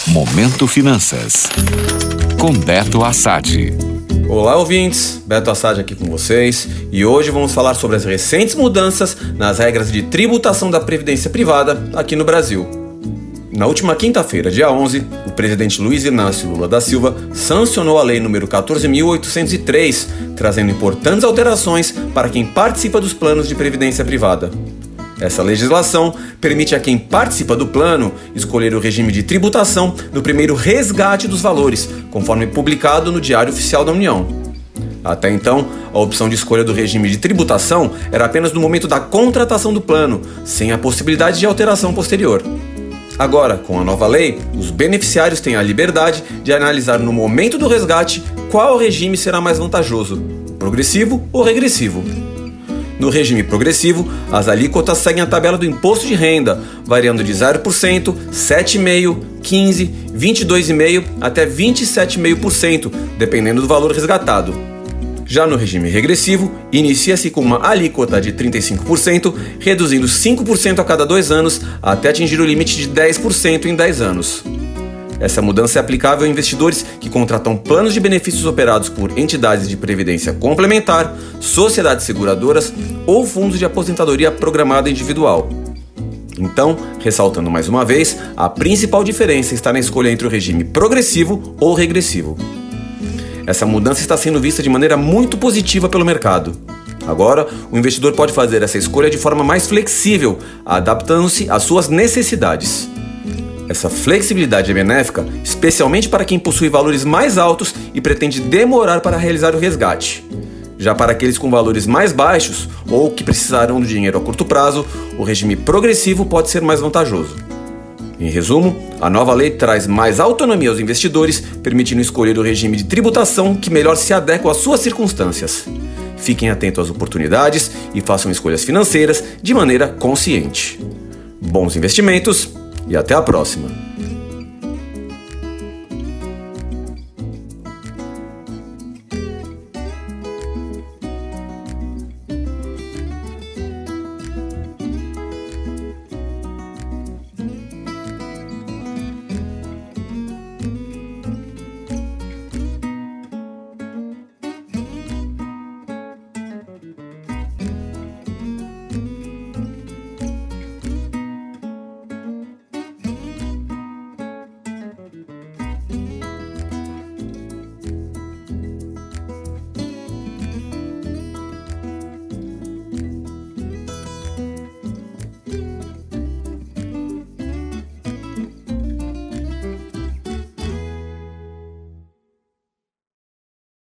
Momento Finanças, com Beto Assad. Olá, ouvintes, Beto Assad aqui com vocês e hoje vamos falar sobre as recentes mudanças nas regras de tributação da Previdência Privada aqui no Brasil. Na última quinta-feira, dia 11, o presidente Luiz Inácio Lula da Silva sancionou a Lei nº 14.803, trazendo importantes alterações para quem participa dos planos de previdência privada. Essa legislação permite a quem participa do plano escolher o regime de tributação no primeiro resgate dos valores, conforme publicado no Diário Oficial da União. Até então, a opção de escolha do regime de tributação era apenas no momento da contratação do plano, sem a possibilidade de alteração posterior. Agora, com a nova lei, os beneficiários têm a liberdade de analisar no momento do resgate qual regime será mais vantajoso, progressivo ou regressivo. No regime progressivo, as alíquotas seguem a tabela do imposto de renda, variando de 0%, 7,5%, 15%, 22,5% até 27,5%, dependendo do valor resgatado. Já no regime regressivo, inicia-se com uma alíquota de 35%, reduzindo 5% a cada 2 anos, até atingir o limite de 10% em 10 anos. Essa mudança é aplicável a investidores que contratam planos de benefícios operados por entidades de previdência complementar, sociedades seguradoras ou fundos de aposentadoria programada individual. Então, ressaltando mais uma vez, a principal diferença está na escolha entre o regime progressivo ou regressivo. Essa mudança está sendo vista de maneira muito positiva pelo mercado. Agora, o investidor pode fazer essa escolha de forma mais flexível, adaptando-se às suas necessidades. Essa flexibilidade é benéfica, especialmente para quem possui valores mais altos e pretende demorar para realizar o resgate. Já para aqueles com valores mais baixos ou que precisarão do dinheiro a curto prazo, o regime progressivo pode ser mais vantajoso. Em resumo, a nova lei traz mais autonomia aos investidores, permitindo escolher o regime de tributação que melhor se adequa às suas circunstâncias. Fiquem atentos às oportunidades e façam escolhas financeiras de maneira consciente. Bons investimentos! E até a próxima!